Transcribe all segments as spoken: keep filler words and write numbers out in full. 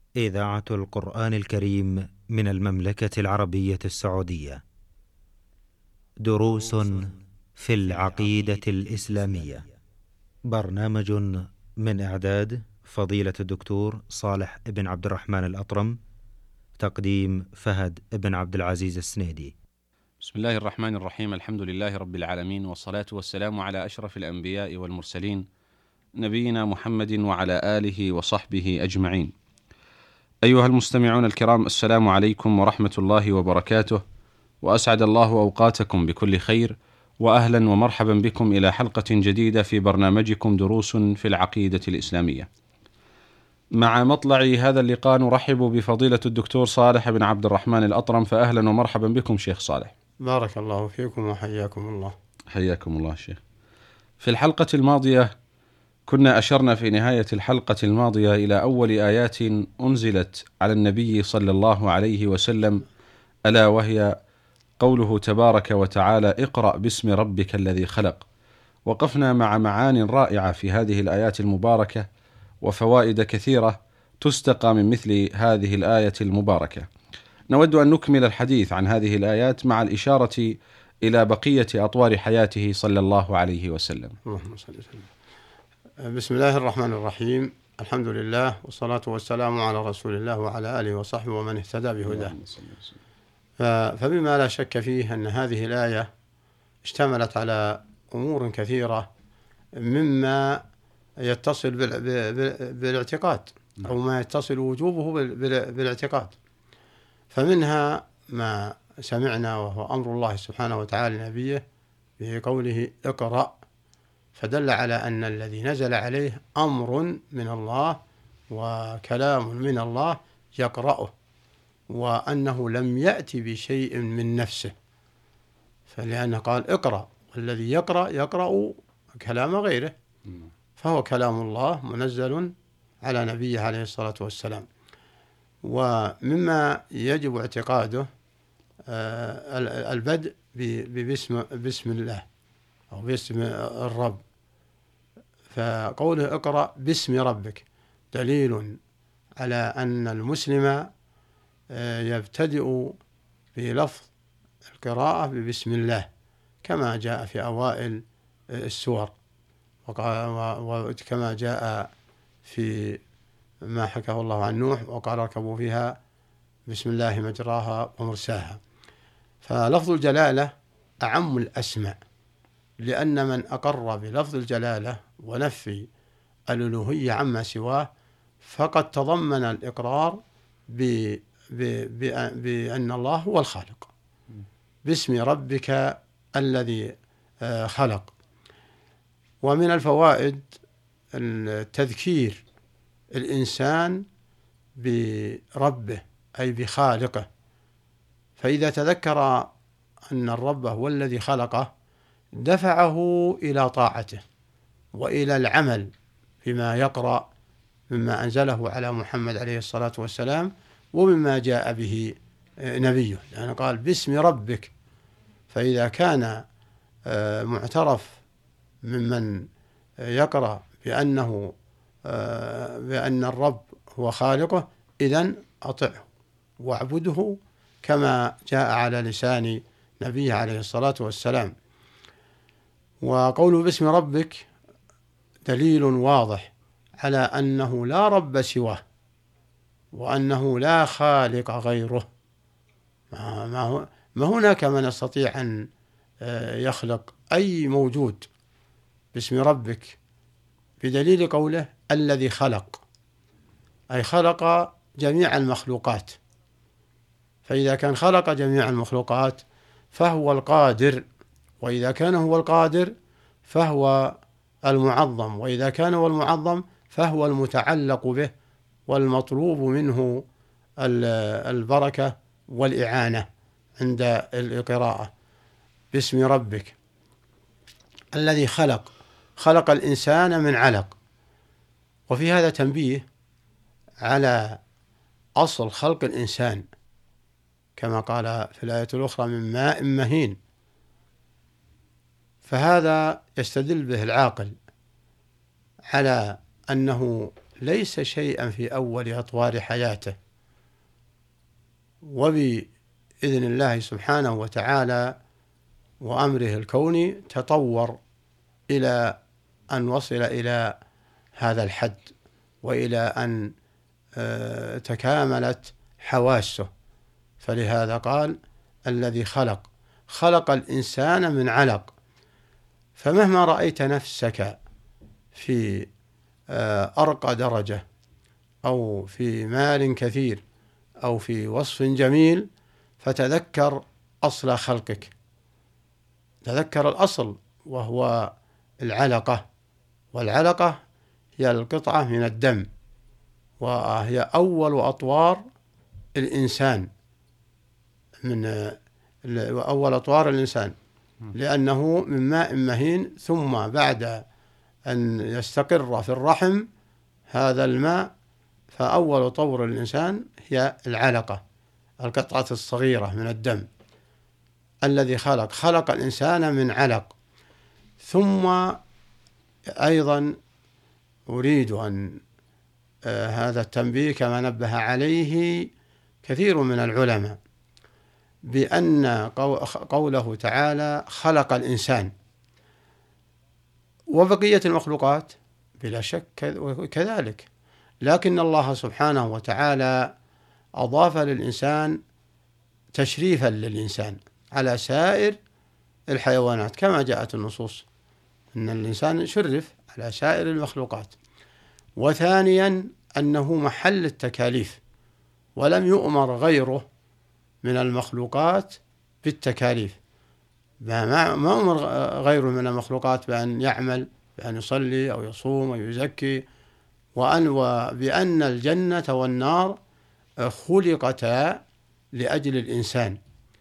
إذاعة القرآن الكريم من المملكة العربية السعودية. دروس في العقيدة الإسلامية. برنامج من إعداد فضيلة الدكتور صالح بن عبد الرحمن الأطرم. تقديم فهد بن عبد العزيز السنيدي. بسم الله الرحمن الرحيم. الحمد لله رب العالمين، والصلاة والسلام على أشرف الأنبياء والمرسلين، نبينا محمد وعلى آله وصحبه أجمعين. أيها المستمعون الكرام، السلام عليكم ورحمة الله وبركاته، وأسعد الله أوقاتكم بكل خير، وأهلا ومرحبا بكم إلى حلقة جديدة في برنامجكم دروس في العقيدة الإسلامية. مع مطلع هذا اللقاء نرحب بفضيلة الدكتور صالح بن عبد الرحمن الأطرم، فأهلا ومرحبا بكم شيخ صالح. بارك الله فيكم وحياكم الله. حياكم الله شيخ. في الحلقة الماضية كنا أشرنا في نهاية الحلقة الماضية إلى أول آيات أنزلت على النبي صلى الله عليه وسلم، ألا وهي قوله تبارك وتعالى: اقرأ باسم ربك الذي خلق. وقفنا مع معان رائعة في هذه الآيات المباركة وفوائد كثيرة تستقى من مثل هذه الآية المباركة. نود أن نكمل الحديث عن هذه الآيات مع الإشارة إلى بقية أطوار حياته صلى الله عليه وسلم. اللهم صل وسلم. بسم الله الرحمن الرحيم. الحمد لله والصلاة والسلام على رسول الله وعلى آله وصحبه ومن اهتدى بهداه. فبما لا شك فيه أن هذه الآية اشتملت على أمور كثيرة مما يتصل بالاعتقاد أو ما يتصل وجوبه بالاعتقاد. فمنها ما سمعنا وهو أمر الله سبحانه وتعالى لنبيه بقوله اقرأ، فدل على أن الذي نزل عليه أمر من الله وكلام من الله يقرأه، وأنه لم يأتي بشيء من نفسه، فلأنه قال اقرأ، والذي يقرأ يقرأ كلام غيره، فهو كلام الله منزل على نبيه عليه الصلاة والسلام. ومما يجب اعتقاده البدء باسم بسم الله أو باسم الرب. فقوله اقرأ باسم ربك دليل على أن المسلم يبتدئ بلفظ القراءة ببسم الله كما جاء في أوائل السور، وكما جاء في ما حكاه الله عن نوح وقال اركبوا فيها بسم الله مجراها ومرساها. فلفظ الجلالة أعم الأسماء، لأن من أقر بلفظ الجلالة ونفي الألوهية عما سواه فقد تضمن الإقرار ب بأن الله هو الخالق، باسم ربك الذي خلق. ومن الفوائد التذكير الإنسان بربه أي بخالقه، فإذا تذكر أن الرب هو الذي خلقه دفعه إلى طاعته وإلى العمل بما يقرأ مما أنزله على محمد عليه الصلاة والسلام ومما جاء به نبيه، لأنه قال باسم ربك. فإذا كان معترف ممن يقرأ بأنه بأن الرب هو خالقه، إذن أطعه واعبده كما جاء على لسان نبيه عليه الصلاة والسلام. وقوله باسم ربك دليل واضح على أنه لا رب سواه، وأنه لا خالق غيره. ما ما هناك من يستطيع أن يخلق أي موجود باسم ربك، بدليل قوله الذي خلق، أي خلق جميع المخلوقات. فإذا كان خلق جميع المخلوقات فهو القادر، وإذا كان هو القادر فهو المعظم، وإذا كان هو المعظم فهو المتعلق به والمطلوب منه البركة والإعانة عند القراءة. باسم ربك الذي خلق، خلق الإنسان من علق. وفي هذا تنبيه على أصل خلق الإنسان كما قال في الآية الأخرى من ماء مهين. فهذا يستدل به العاقل على أنه ليس شيئا في أول أطوار حياته، وبإذن الله سبحانه وتعالى وأمره الكوني تطور إلى أن وصل إلى هذا الحد، وإلى أن تكاملت حواسه. فلهذا قال الذي خلق خلق الإنسان من علق. فمهما رأيت نفسك في أرقى درجة أو في مال كثير أو في وصف جميل، فتذكر أصل خلقك، تذكر الأصل وهو العلقة، والعلقة هي القطعة من الدم، وهي أول أطوار الإنسان، من أول أطوار الإنسان، لأنه من ماء مهين، ثم بعد أن يستقر في الرحم هذا الماء، فأول طور الإنسان هي العلقة، القطعة الصغيرة من الدم. الذي خلق خلق الإنسان من علق. ثم أيضا أريد أن آه هذا التنبيه كما نبه عليه كثير من العلماء، بأن قوله تعالى خلق الإنسان وبقية المخلوقات بلا شك كذلك، لكن الله سبحانه وتعالى أضاف للإنسان تشريفا للإنسان على سائر الحيوانات، كما جاءت النصوص أن الإنسان شرف على سائر المخلوقات. وثانيا أنه محل التكاليف، ولم يؤمر غيره من المخلوقات بالتكاليف، ما أمر غيره من المخلوقات بأن يعمل، بأن يصلي أو يصوم أو يزكي، وأن وبأن الجنة والنار خلقتا لأجل الإنسان.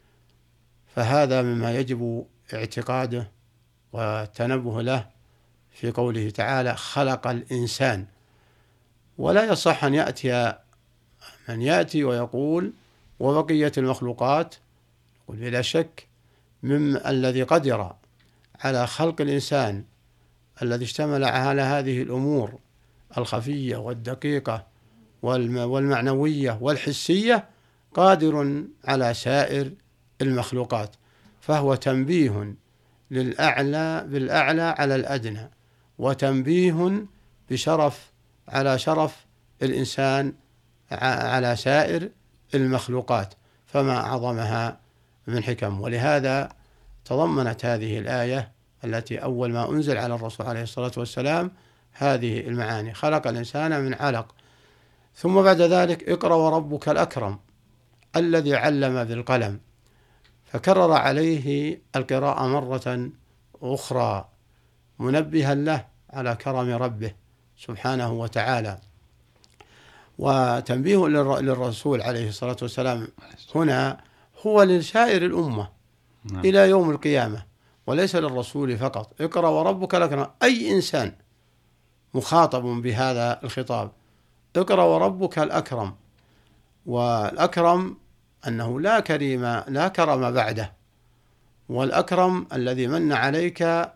فهذا مما يجب اعتقاده والتنبه له في قوله تعالى خلق الإنسان. ولا يصح أن يأتي من يأتي ويقول وبقية المخلوقات، يقول بلا شك من الذي قدر على خلق الإنسان الذي اشتمل على هذه الأمور الخفية والدقيقة والمعنوية والحسية قادر على سائر المخلوقات، فهو تنبيه للأعلى بالأعلى على الأدنى، وتنبيه بشرف على شرف الإنسان على سائر المخلوقات، فما أعظمها من حكم. ولهذا تضمنت هذه الآية التي أول ما أنزل على الرسول عليه الصلاة والسلام هذه المعاني: خلق الإنسان من علق، ثم بعد ذلك اقرأ وربك الأكرم الذي علم بالقلم، فكرر عليه القراءة مرة أخرى منبها له على كرم ربه سبحانه وتعالى. وتنبيه للرسول عليه الصلاة والسلام هنا هو لسائر الأمة نعم. إلى يوم القيامة، وليس للرسول فقط. اقرأ وربك الأكرم، أي إنسان مخاطب بهذا الخطاب، اقرأ وربك الأكرم. والأكرم أنه لا كريم لا كرم بعده، والأكرم الذي من عليك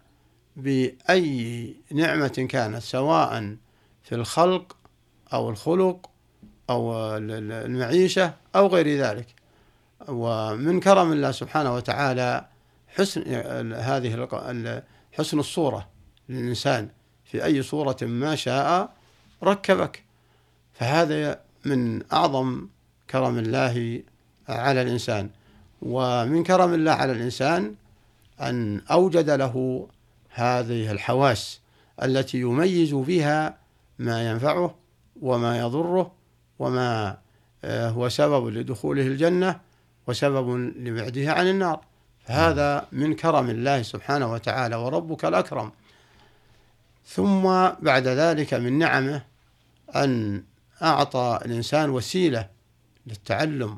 بأي نعمة كانت، سواء في الخلق أو الخلق أو المعيشة أو غير ذلك. ومن كرم الله سبحانه وتعالى حسن هذه حسن الصورة للإنسان، في أي صورة ما شاء ركبك، فهذا من أعظم كرم الله على الإنسان. ومن كرم الله على الإنسان أن أوجد له هذه الحواس التي يميز بها ما ينفعه وما يضره، وما هو سبب لدخوله الجنة وسبب لبعده عن النار. فهذا من كرم الله سبحانه وتعالى، وربك الأكرم. ثم بعد ذلك من نعمه أن أعطى الإنسان وسيلة للتعلم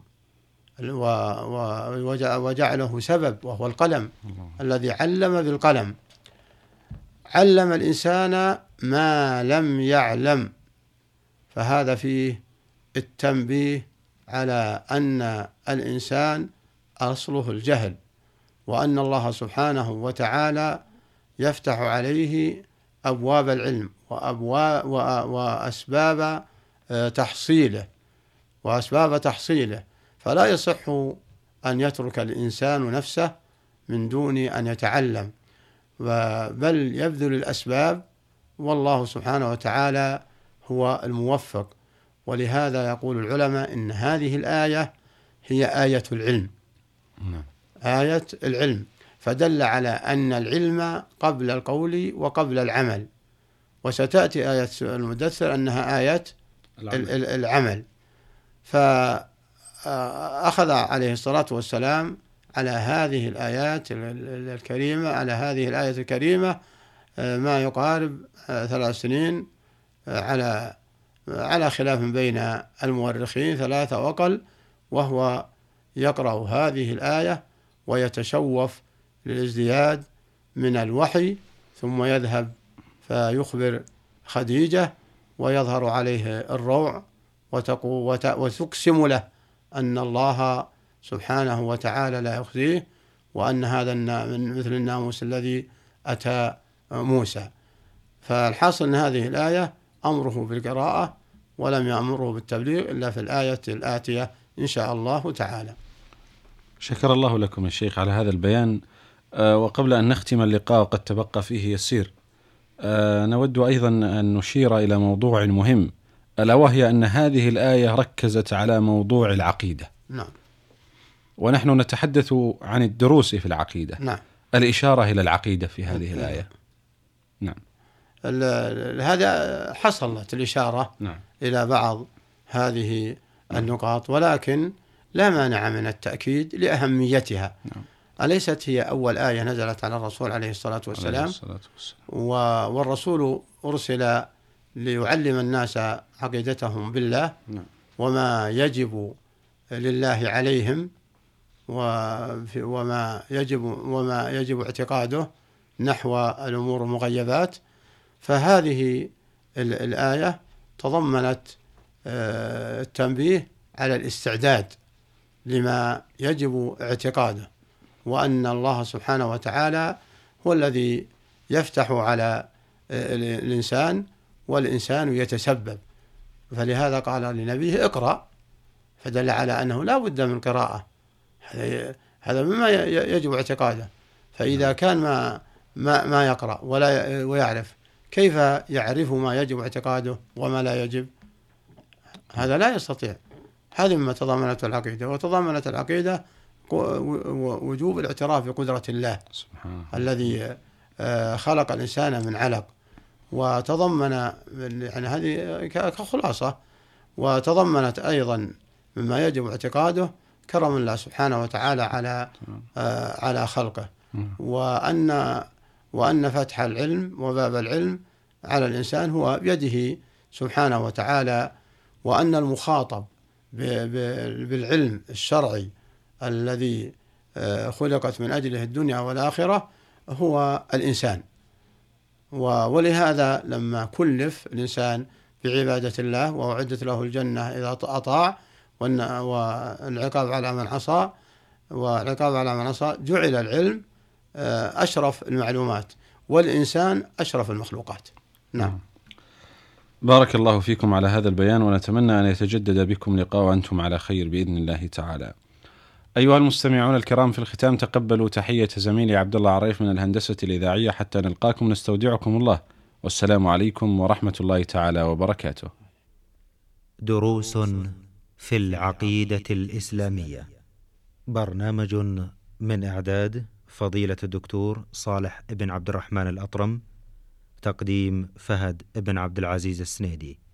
وجعله سبب، وهو القلم الذي علم بالقلم، علم الإنسان ما لم يعلم. فهذا فيه التنبيه على أن الإنسان أصله الجهل، وأن الله سبحانه وتعالى يفتح عليه أبواب العلم وأبواب وأسباب تحصيله وأسباب تحصيله، فلا يصح أن يترك الإنسان نفسه من دون أن يتعلم، بل يبذل الأسباب، والله سبحانه وتعالى هو الموفق. ولهذا يقول العلماء إن هذه الآية هي آية العلم، آية العلم، فدل على أن العلم قبل القول وقبل العمل. وستأتي آية المدثر أنها آية العمل, العمل. فأخذ عليه الصلاة والسلام على هذه الآيات الكريمة على هذه الآية الكريمة ما يقارب ثلاث سنين على على خلاف بين المؤرخين ثلاثة وأقل، وهو يقرأ هذه الآية ويتشوف للازدياد من الوحي، ثم يذهب فيخبر خديجة ويظهر عليه الروع وتقسم له أن الله سبحانه وتعالى لا يخزيه، وأن هذا من مثل الناموس الذي أتى موسى. فالحاصل أن هذه الآية أمره بالقراءة ولم يأمره بالتبليغ إلا في الآية الآتية إن شاء الله تعالى. شكر الله لكم يا شيخ على هذا البيان. أه وقبل أن نختم اللقاء قد تبقى فيه يسير، أه نود أيضا أن نشير إلى موضوع مهم، ألا وهي أن هذه الآية ركزت على موضوع العقيدة. نعم. ونحن نتحدث عن الدروس في العقيدة. نعم. الإشارة إلى العقيدة في هذه نعم. الآية. نعم. هذا حصلت الإشارة نعم. إلى بعض هذه النقاط، ولكن لا مانع من التأكيد لأهميتها. نعم. أليست هي أول آية نزلت على الرسول عليه الصلاة والسلام؟ عليه الصلاة والسلام. والرسول أرسل ليعلم الناس عقيدتهم بالله. نعم. وما يجب لله عليهم وما يجب وما يجب اعتقاده نحو الأمور المغيبات. فهذه الآية تضمنت التنبيه على الاستعداد لما يجب اعتقاده، وأن الله سبحانه وتعالى هو الذي يفتح على الإنسان والإنسان يتسبب. فلهذا قال لنبيه اقرأ، فدل على أنه لا بد من قراءة، هذا مما يجب اعتقاده. فإذا كان ما ما ما يقرأ ولا ويعرف، كيف يعرف ما يجب اعتقاده وما لا يجب؟ هذا لا يستطيع. هذه مما تضمنت العقيدة. وتضمنت العقيدة وجوب الاعتراف بقدرة الله سبحانه الذي خلق الإنسان من علق، وتضمن يعني هذه كخلاصة. وتضمنت أيضا مما يجب اعتقاده كرم الله سبحانه وتعالى على على خلقه، وأن وأن فتح العلم وباب العلم على الإنسان هو بيده سبحانه وتعالى، وأن المخاطب بالعلم الشرعي الذي خلقت من أجله الدنيا والآخرة هو الإنسان. ولهذا لما كلف الإنسان بعبادة الله وأعدت له الجنة إذا أطاع، والعقاب على من عصى والعقاب على من عصى، جعل العلم أشرف المعلومات والإنسان أشرف المخلوقات. نعم. بارك الله فيكم على هذا البيان، ونتمنى أن يتجدد بكم لقاء وأنتم على خير بإذن الله تعالى. أيها المستمعون الكرام، في الختام تقبلوا تحية زميلي عبد الله عريف من الهندسة الإذاعية. حتى نلقاكم نستودعكم الله، والسلام عليكم ورحمة الله تعالى وبركاته. دروس في العقيدة الإسلامية، برنامج من إعداد فضيلة الدكتور صالح بن عبد الرحمن الأطرم، تقديم فهد بن عبد العزيز السنيدي.